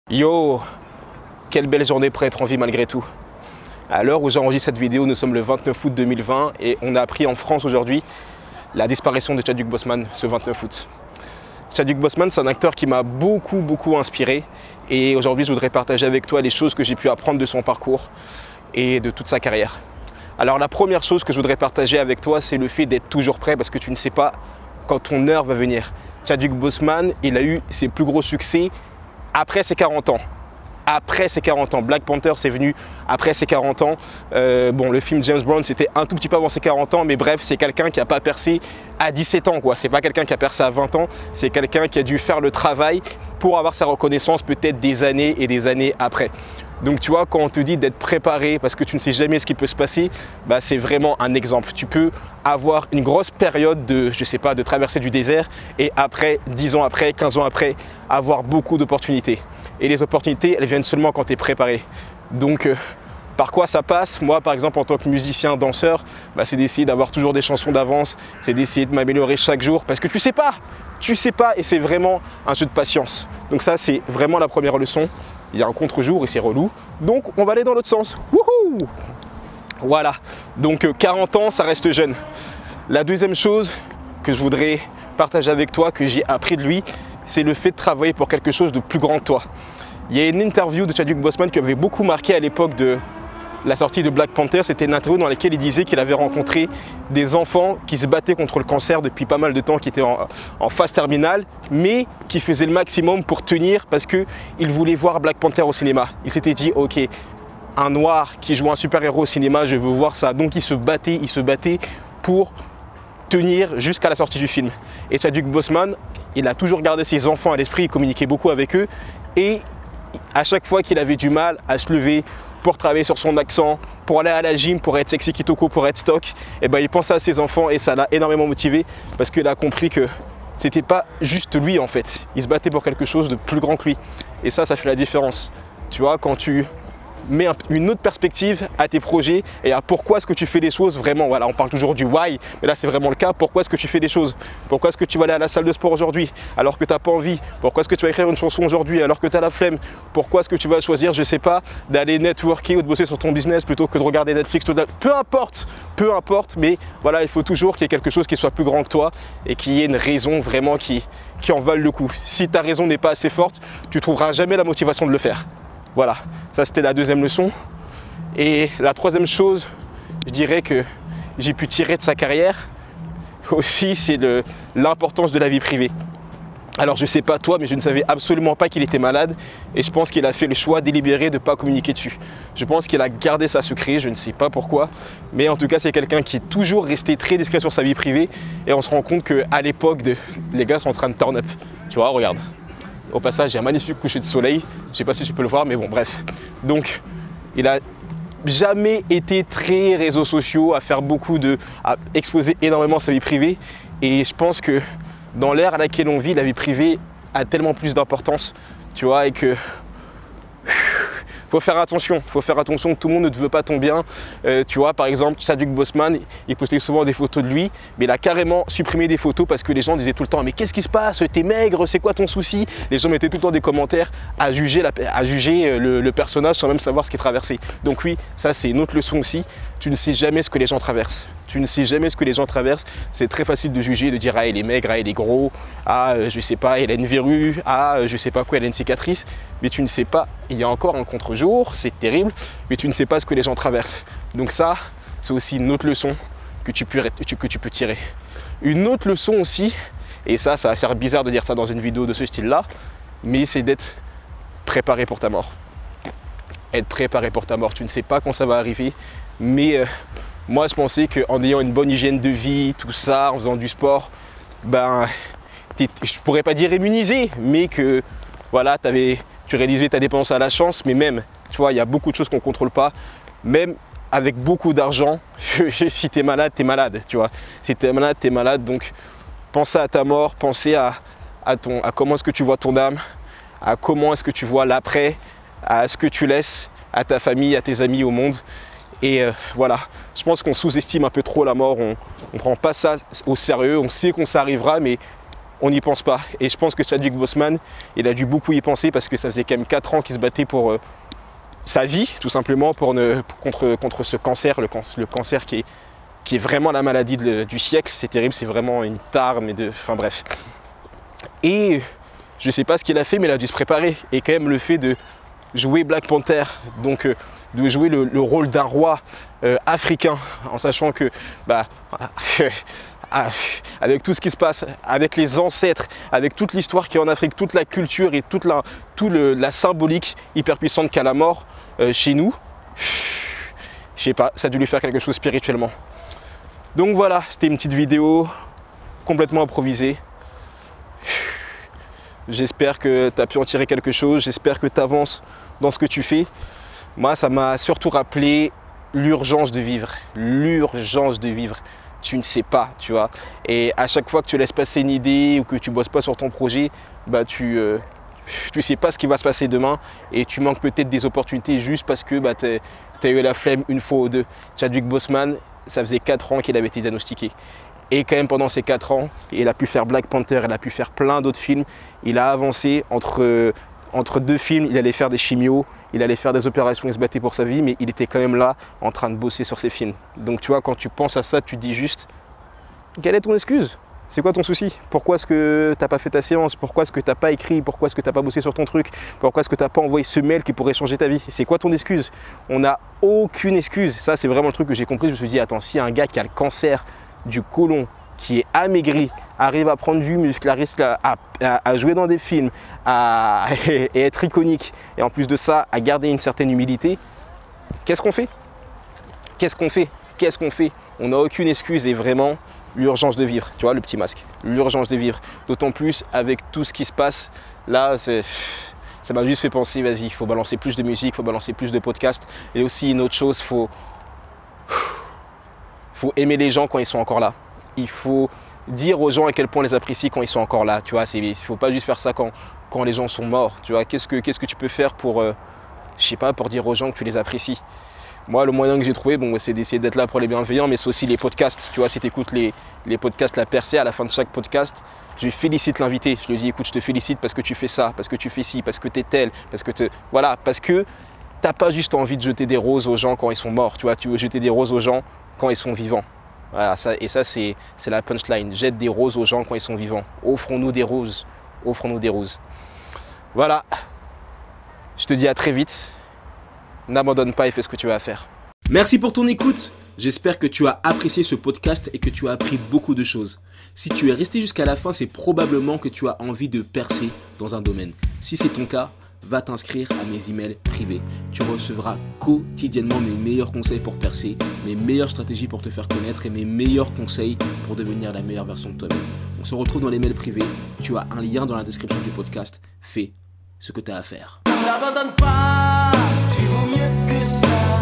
Yo, quelle belle journée pour être en vie malgré tout. À l'heure où j'enregistre cette vidéo, nous sommes le 29 août 2020 et on a appris en France aujourd'hui la disparition de Chadwick Boseman ce 29 août. Chadwick Boseman, c'est un acteur qui m'a beaucoup inspiré et aujourd'hui je voudrais partager avec toi les choses que j'ai pu apprendre de son parcours et de toute sa carrière. Alors la première chose que je voudrais partager avec toi, c'est le fait d'être toujours prêt parce que tu ne sais pas quand ton heure va venir. Chadwick Boseman, il a eu ses plus gros succès après ses 40 ans. Après ses 40 ans. Black Panther, c'est venu après ses 40 ans. Bon, le film James Bond, c'était un tout petit peu avant ses 40 ans, mais bref, c'est quelqu'un qui n'a pas percé à 17 ans, quoi. C'est pas quelqu'un qui a percé à 20 ans, c'est quelqu'un qui a dû faire le travail pour avoir sa reconnaissance peut-être des années et des années après. Donc tu vois, quand on te dit d'être préparé parce que tu ne sais jamais ce qui peut se passer, bah, c'est vraiment un exemple. Tu peux avoir une grosse période de, je sais pas, de traversée du désert et après, 10 ans après, 15 ans après, avoir beaucoup d'opportunités. Et les opportunités, elles viennent seulement quand tu es préparé. Donc, par quoi ça passe? Moi, par exemple, en tant que musicien, danseur, bah, c'est d'essayer d'avoir toujours des chansons d'avance, c'est d'essayer de m'améliorer chaque jour parce que tu sais pas et c'est vraiment un jeu de patience. Donc ça, c'est vraiment la première leçon. Il y a un contre-jour et c'est relou. Donc, on va aller dans l'autre sens. Wouhou! Voilà. Donc, 40 ans, ça reste jeune. La deuxième chose que je voudrais partager avec toi, que j'ai appris de lui, c'est le fait de travailler pour quelque chose de plus grand que toi. Il y a une interview de Chadwick Boseman qui avait beaucoup marqué à l'époque de la sortie de Black Panther. C'était une interview dans laquelle il disait qu'il avait rencontré des enfants qui se battaient contre le cancer depuis pas mal de temps, qui étaient en phase terminale, mais qui faisaient le maximum pour tenir parce qu'ils voulaient voir Black Panther au cinéma. Il s'était dit, ok, un noir qui joue un super-héros au cinéma, je veux voir ça. Donc il se battait pour tenir jusqu'à la sortie du film. Et Chadwick Boseman, il a toujours gardé ses enfants à l'esprit, il communiquait beaucoup avec eux et à chaque fois qu'il avait du mal à se lever pour travailler sur son accent, pour aller à la gym, pour être sexy kitoko, pour être stock, et ben il pensait à ses enfants et ça l'a énormément motivé parce qu'il a compris que c'était pas juste lui en fait. Il se battait pour quelque chose de plus grand que lui. Et ça fait la différence. Tu vois, quand tu mets une autre perspective à tes projets et à pourquoi est-ce que tu fais les choses vraiment. Voilà, on parle toujours du why, mais là c'est vraiment le cas. Pourquoi est-ce que tu fais les choses? Pourquoi est-ce que tu vas aller à la salle de sport aujourd'hui alors que tu n'as pas envie? Pourquoi est-ce que tu vas écrire une chanson aujourd'hui alors que tu as la flemme? Pourquoi est-ce que tu vas choisir, je sais pas, d'aller networker ou de bosser sur ton business plutôt que de regarder Netflix? Peu importe, mais voilà, il faut toujours qu'il y ait quelque chose qui soit plus grand que toi et qu'il y ait une raison vraiment qui en vale le coup. Si ta raison n'est pas assez forte, tu ne trouveras jamais la motivation de le faire. Voilà, ça c'était la deuxième leçon. Et la troisième chose, je dirais que j'ai pu tirer de sa carrière aussi, c'est l'importance de la vie privée. Alors je sais pas toi, mais je ne savais absolument pas qu'il était malade et je pense qu'il a fait le choix délibéré de ne pas communiquer dessus. Je pense qu'il a gardé ça secret, je ne sais pas pourquoi, mais en tout cas c'est quelqu'un qui est toujours resté très discret sur sa vie privée et on se rend compte qu'à l'époque, les gars sont en train de turn up. Tu vois, regarde. Au passage, il y a un magnifique coucher de soleil. Je ne sais pas si tu peux le voir, mais bon, bref. Donc, il a jamais été très réseaux sociaux, à exposer énormément sa vie privée. Et je pense que dans l'ère à laquelle on vit, la vie privée a tellement plus d'importance, tu vois, et que faut faire attention, tout le monde ne te veut pas ton bien. Tu vois, par exemple, Chadwick Boseman, il postait souvent des photos de lui, mais il a carrément supprimé des photos parce que les gens disaient tout le temps « Mais qu'est-ce qui se passe? T'es maigre, c'est quoi ton souci ?» Les gens mettaient tout le temps des commentaires à juger le personnage sans même savoir ce qu'il traversait. Donc oui, ça c'est une autre leçon aussi. Tu ne sais jamais ce que les gens traversent. C'est très facile de juger, de dire « Ah, il est maigre, ah, il est gros, ah, je sais pas, il a une verrue, ah, je sais pas quoi, il a une cicatrice. » Mais tu ne sais pas, il y a encore un contre-jour, c'est terrible, mais tu ne sais pas ce que les gens traversent. Donc ça, c'est aussi une autre leçon que tu peux tirer. Une autre leçon aussi, et ça va faire bizarre de dire ça dans une vidéo de ce style-là, mais c'est d'être préparé pour ta mort. Être préparé pour ta mort, tu ne sais pas quand ça va arriver, mais moi je pensais qu'en ayant une bonne hygiène de vie, tout ça, en faisant du sport, ben, je pourrais pas dire immunisé, mais que voilà, tu réduisais ta dépendance à la chance, mais même, tu vois, il y a beaucoup de choses qu'on ne contrôle pas, même avec beaucoup d'argent, si tu es malade, tu vois. Si tu es malade, donc pensez à ta mort, pensez à comment est-ce que tu vois ton âme, à comment est-ce que tu vois l'après, à ce que tu laisses à ta famille, à tes amis, au monde. Et voilà, je pense qu'on sous-estime un peu trop la mort, on ne prend pas ça au sérieux, on sait qu'on ça arrivera, mais on n'y pense pas. Et je pense que Chadwick Boseman, il a dû beaucoup y penser parce que ça faisait quand même 4 ans qu'il se battait pour sa vie, tout simplement, contre ce cancer, le cancer qui est vraiment la maladie du siècle. C'est terrible, c'est vraiment une tare, enfin bref. Et je ne sais pas ce qu'il a fait, mais il a dû se préparer. Et quand même le fait de jouer Black Panther, donc de jouer le rôle d'un roi africain, en sachant que avec tout ce qui se passe, avec les ancêtres, avec toute l'histoire qui est en Afrique, toute la culture et toute la symbolique hyper puissante qu'a la mort chez nous, je sais pas, ça a dû lui faire quelque chose spirituellement. Donc voilà, c'était une petite vidéo complètement improvisée. J'espère que tu as pu en tirer quelque chose, j'espère que tu avances dans ce que tu fais. Moi, ça m'a surtout rappelé l'urgence de vivre, l'urgence de vivre. Tu ne sais pas, tu vois. Et à chaque fois que tu laisses passer une idée ou que tu bosses pas sur ton projet, tu sais pas ce qui va se passer demain et tu manques peut-être des opportunités juste parce que tu as eu la flemme une fois ou deux. Chadwick Boseman, ça faisait 4 ans qu'il avait été diagnostiqué. Et quand même pendant ces 4 ans, il a pu faire Black Panther, il a pu faire plein d'autres films. Il a avancé entre 2 films, il allait faire des chimios, il allait faire des opérations, il se battait pour sa vie, mais il était quand même là en train de bosser sur ses films. Donc tu vois, quand tu penses à ça, tu te dis juste, quelle est ton excuse? C'est quoi ton souci? Pourquoi est-ce que tu n'as pas fait ta séance? Pourquoi est-ce que tu n'as pas écrit? Pourquoi est-ce que tu n'as pas bossé sur ton truc? Pourquoi est-ce que tu n'as pas envoyé ce mail qui pourrait changer ta vie? C'est quoi ton excuse? On n'a aucune excuse. Ça, c'est vraiment le truc que j'ai compris. Je me suis dit, attends, si un gars qui a le cancer du côlon, qui est amaigri, arrive à prendre du muscle, à jouer dans des films, et être iconique, et en plus de ça, à garder une certaine humilité, qu'est-ce qu'on fait? Qu'est-ce qu'on fait? Qu'est-ce qu'on fait? On n'a aucune excuse et vraiment l'urgence de vivre, tu vois, le petit masque, l'urgence de vivre. D'autant plus avec tout ce qui se passe, là, ça m'a juste fait penser, vas-y, il faut balancer plus de musique, il faut balancer plus de podcasts. Et aussi une autre chose, faut aimer les gens quand ils sont encore là. Il faut dire aux gens à quel point on les apprécie quand ils sont encore là. Tu vois, il ne faut pas juste faire ça quand les gens sont morts. Tu vois, qu'est-ce que tu peux faire pour, je sais pas, pour dire aux gens que tu les apprécies. Moi, le moyen que j'ai trouvé, c'est d'essayer d'être là pour les bienveillants, mais c'est aussi les podcasts. Tu vois, si tu écoutes les podcasts La Percée, à la fin de chaque podcast, je félicite l'invité. Je lui dis, écoute, je te félicite parce que tu fais ça, parce que tu fais ci, parce que tu es tel, parce que voilà, parce que tu n'as pas juste envie de jeter des roses aux gens quand ils sont morts. Tu vois, tu veux jeter des roses aux gens quand ils sont vivants. Voilà, ça c'est la punchline. Jette des roses aux gens quand ils sont vivants. Offrons-nous des roses. Offrons-nous des roses. Voilà. Je te dis à très vite. N'abandonne pas et fais ce que tu as à faire. Merci pour ton écoute. J'espère que tu as apprécié ce podcast et que tu as appris beaucoup de choses. Si tu es resté jusqu'à la fin, c'est probablement que tu as envie de percer dans un domaine. Si c'est ton cas, va t'inscrire à mes emails privés. Tu recevras quotidiennement mes meilleurs conseils pour percer, mes meilleures stratégies pour te faire connaître et mes meilleurs conseils pour devenir la meilleure version de toi-même. On se retrouve dans les mails privés. Tu as un lien dans la description du podcast. Fais ce que tu as à faire. N'abandonne pas, tu vaux mieux que ça.